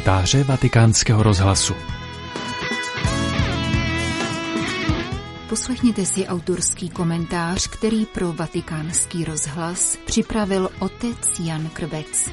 Komentáře Vatikánského rozhlasu. Poslechněte si autorský komentář, který pro Vatikánský rozhlas připravil otec Jan Krbec.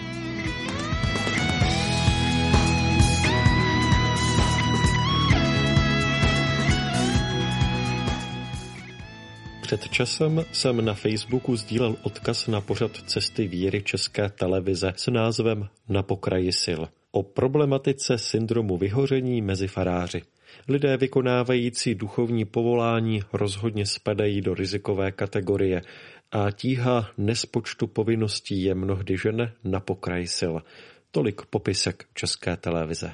Před časem jsem na Facebooku sdílel odkaz na pořad Cesty víry České televize s názvem Na pokraji sil. O problematice syndromu vyhoření mezi faráři. Lidé vykonávající duchovní povolání rozhodně spadají do rizikové kategorie a tíha nespočtu povinností je mnohdy žene na pokraji sil. Tolik popisek České televize.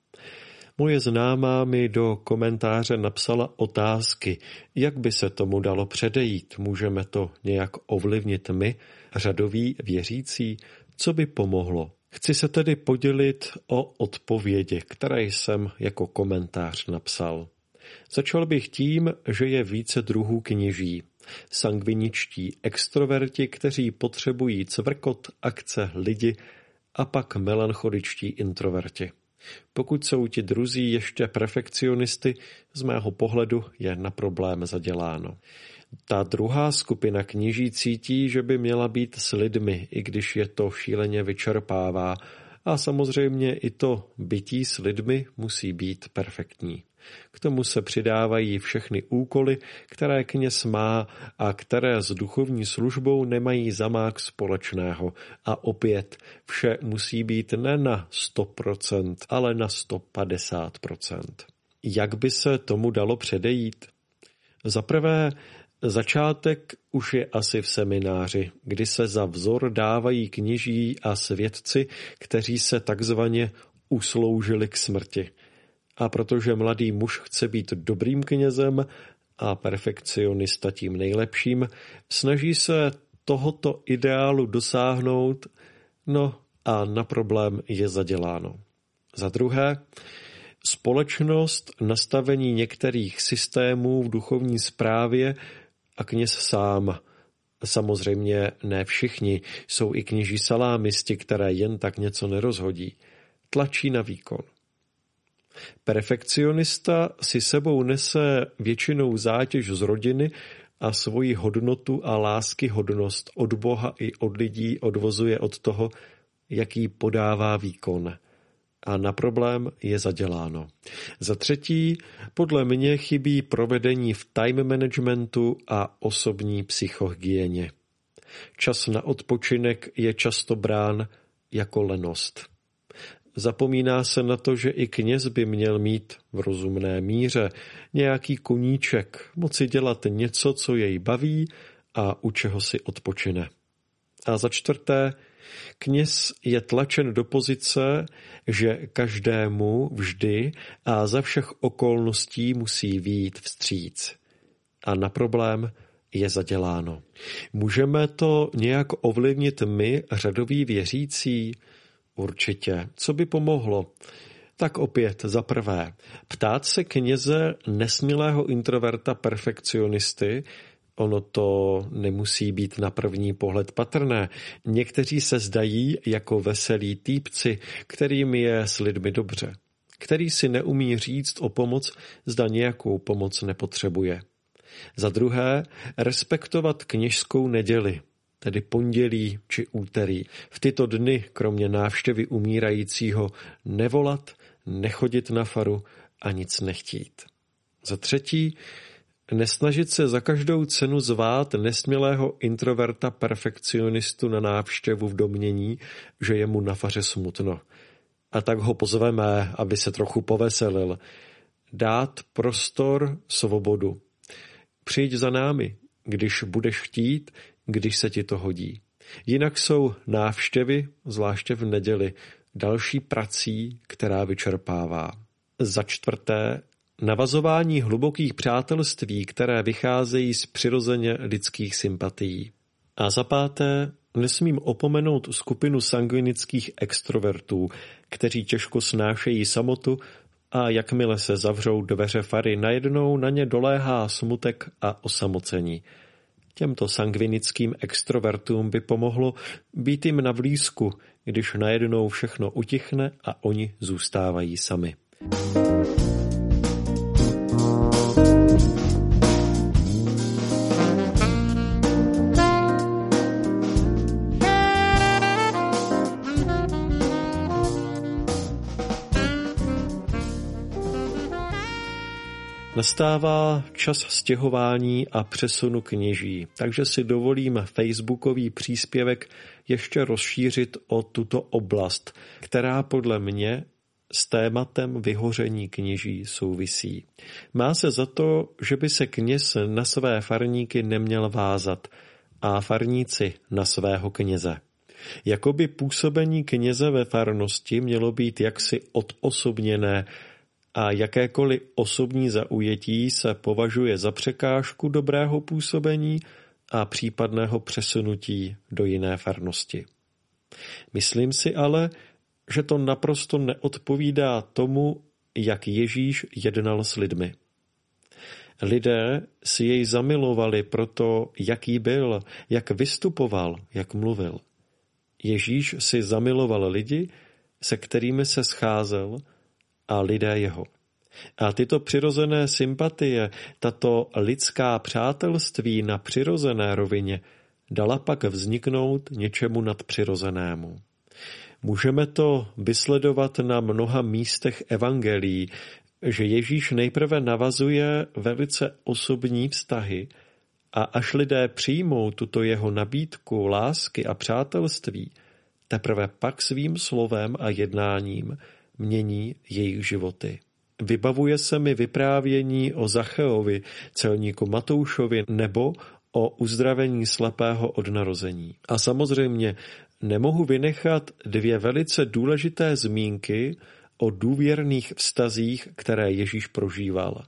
Moje známá mi do komentáře napsala otázky, jak by se tomu dalo předejít, můžeme to nějak ovlivnit my, řadoví věřící, co by pomohlo. Chci se tedy podělit o odpovědi, které jsem jako komentář napsal. Začal bych tím, že je více druhů kněží. Sangviničtí extroverti, kteří potřebují cvrkot, akce, lidi, a pak melancholičtí introverti. Pokud jsou ti druzí ještě perfekcionisty, z mého pohledu je na problém zaděláno. Ta druhá skupina kněží cítí, že by měla být s lidmi, i když je to šíleně vyčerpává. A samozřejmě i to bytí s lidmi musí být perfektní. K tomu se přidávají všechny úkoly, které kněz má a které s duchovní službou nemají zamák společného. A opět vše musí být ne na 100%, ale na 150%. Jak by se tomu dalo předejít? Za prvé, začátek už je asi v semináři, kdy se za vzor dávají kněží a svědci, kteří se takzvaně usloužili k smrti. A protože mladý muž chce být dobrým knězem a perfekcionista tím nejlepším, snaží se tohoto ideálu dosáhnout, no a na problém je zaděláno. Za druhé, společnost, nastavení některých systémů v duchovní správě a kněz sám. Samozřejmě ne všichni, jsou i kněží salámisti, které jen tak něco nerozhodí. Tlačí na výkon. Perfekcionista si sebou nese většinou zátěž z rodiny a svoji hodnotu a láskyhodnost od Boha i od lidí odvozuje od toho, jaký podává výkon. A na problém je zaděláno. Za třetí, podle mě chybí provedení v time managementu a osobní psychohygieně. Čas na odpočinek je často brán jako lenost. Zapomíná se na to, že i kněz by měl mít v rozumné míře nějaký koníček, moci dělat něco, co jej baví a u čeho si odpočine. A za čtvrté, kněz je tlačen do pozice, že každému vždy a za všech okolností musí vyjít vstříc. A na problém je zaděláno. Můžeme to nějak ovlivnit my, řadoví věřící? Určitě. Co by pomohlo? Tak opět za prvé, ptát se kněze nesmělého introverta perfekcionisty, ono to nemusí být na první pohled patrné. Někteří se zdají jako veselí týpci, kterým je s lidmi dobře, který si neumí říct o pomoc, zda nějakou pomoc nepotřebuje. Za druhé, respektovat kněžskou neděli, tedy pondělí či úterý. V tyto dny, kromě návštěvy umírajícího, nevolat, nechodit na faru a nic nechtít. Za třetí, nesnažit se za každou cenu zvát nesmělého introverta perfekcionistu na návštěvu v domnění, že je mu na faře smutno. A tak ho pozveme, aby se trochu poveselil. Dát prostor, svobodu. Přijď za námi, když budeš chtít, když se ti to hodí. Jinak jsou návštěvy, zvláště v neděli, další prací, která vyčerpává. Za čtvrté, navazování hlubokých přátelství, které vycházejí z přirozeně lidských sympatií. A za páté, nesmím opomenout skupinu sangvinických extrovertů, kteří těžko snášejí samotu a jakmile se zavřou dveře fary, najednou na ně doléhá smutek a osamocení. Těmto sangvinickým extrovertům by pomohlo být jim na blízku, když najednou všechno utichne a oni zůstávají sami. Nastává čas stěhování a přesunu kněží, takže si dovolím facebookový příspěvek ještě rozšířit o tuto oblast, která podle mě s tématem vyhoření kněží souvisí. Má se za to, že by se kněz na své farníky neměl vázat a farníci na svého kněze. Jakoby působení kněze ve farnosti mělo být jaksi odosobněné a jakékoliv osobní zaujetí se považuje za překážku dobrého působení a případného přesunutí do jiné farnosti. Myslím si ale, že to naprosto neodpovídá tomu, jak Ježíš jednal s lidmi. Lidé si jej zamilovali proto, jaký byl, jak vystupoval, jak mluvil. Ježíš si zamiloval lidi, se kterými se scházel, a lidé jeho. A tyto přirozené sympatie, tato lidská přátelství na přirozené rovině dala pak vzniknout něčemu nadpřirozenému. Můžeme to vysledovat na mnoha místech evangelií, že Ježíš nejprve navazuje velice osobní vztahy a až lidé přijmou tuto jeho nabídku lásky a přátelství, teprve pak svým slovem a jednáním mění jejich životy. Vybavuje se mi vyprávění o Zacheovi, celníku Matoušovi nebo o uzdravení slepého od narození. A samozřejmě nemohu vynechat dvě velice důležité zmínky o důvěrných vztazích, které Ježíš prožíval.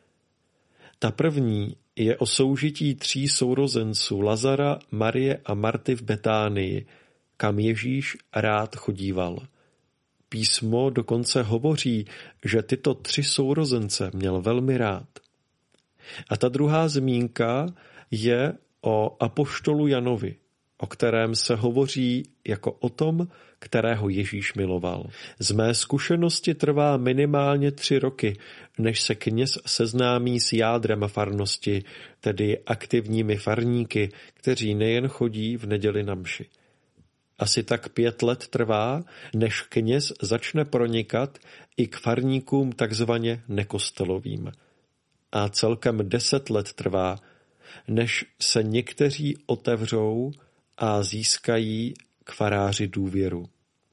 Ta první je o soužití 3 sourozenců Lazara, Marie a Marty v Betánii, kam Ježíš rád chodíval. Písmo dokonce hovoří, že tyto 3 sourozence měl velmi rád. A ta druhá zmínka je o apoštolu Janovi, o kterém se hovoří jako o tom, kterého Ježíš miloval. Z mé zkušenosti trvá minimálně 3 roky, než se kněz seznámí s jádrem farnosti, tedy aktivními farníky, kteří nejen chodí v neděli na mši. Asi tak 5 let trvá, než kněz začne pronikat i k farníkům takzvaně nekostelovým. A celkem 10 let trvá, než se někteří otevřou a získají k faráři důvěru.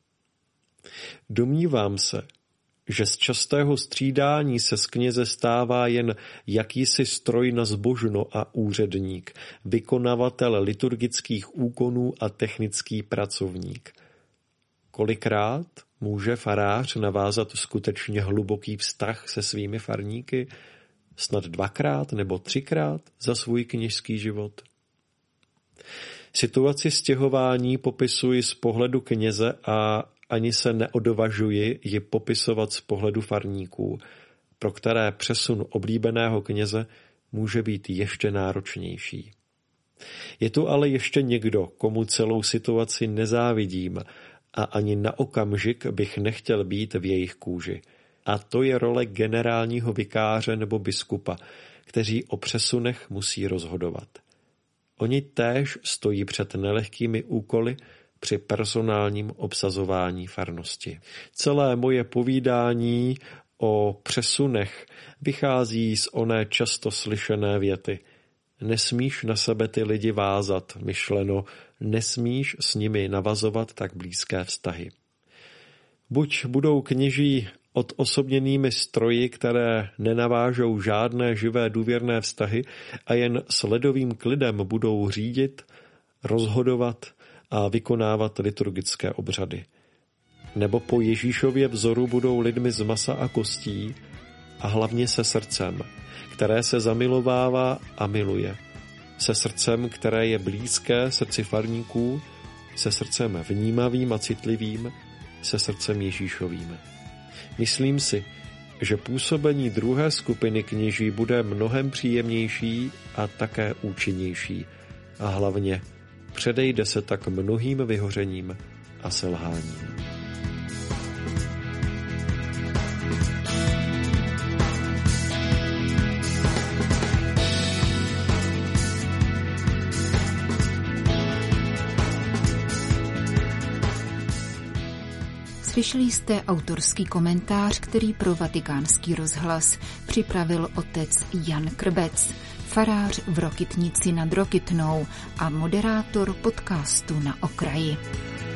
Domnívám se, že z častého střídání se z kněze stává jen jakýsi stroj na zbožno a úředník, vykonavatel liturgických úkonů a technický pracovník. Kolikrát může farář navázat skutečně hluboký vztah se svými farníky? Snad 2krát nebo 3krát za svůj kněžský život? Situaci stěhování popisuji z pohledu kněze a ani se neodvažuji ji popisovat z pohledu farníků, pro které přesun oblíbeného kněze může být ještě náročnější. Je tu ale ještě někdo, komu celou situaci nezávidím a ani na okamžik bych nechtěl být v jejich kůži. A to je role generálního vikáře nebo biskupa, kteří o přesunech musí rozhodovat. Oni též stojí před nelehkými úkoly při personálním obsazování farnosti. Celé moje povídání o přesunech vychází z oné často slyšené věty. Nesmíš na sebe ty lidi vázat, myšleno, nesmíš s nimi navazovat tak blízké vztahy. Buď budou kněží odosobněnými stroji, které nenavážou žádné živé důvěrné vztahy a jen s ledovým klidem budou řídit, rozhodovat a vykonávat liturgické obřady. Nebo po Ježíšově vzoru budou lidmi z masa a kostí a hlavně se srdcem, které se zamilovává a miluje. Se srdcem, které je blízké srdci farníků, se srdcem vnímavým a citlivým, se srdcem Ježíšovým. Myslím si, že působení druhé skupiny kněží bude mnohem příjemnější a také účinnější, a hlavně předejde se tak mnohým vyhořením a selháním. Slyšeli jste autorský komentář, který pro Vatikánský rozhlas připravil otec Jan Krbec, farář v Rokytnici nad Rokytnou a moderátor podcastu Na okraji.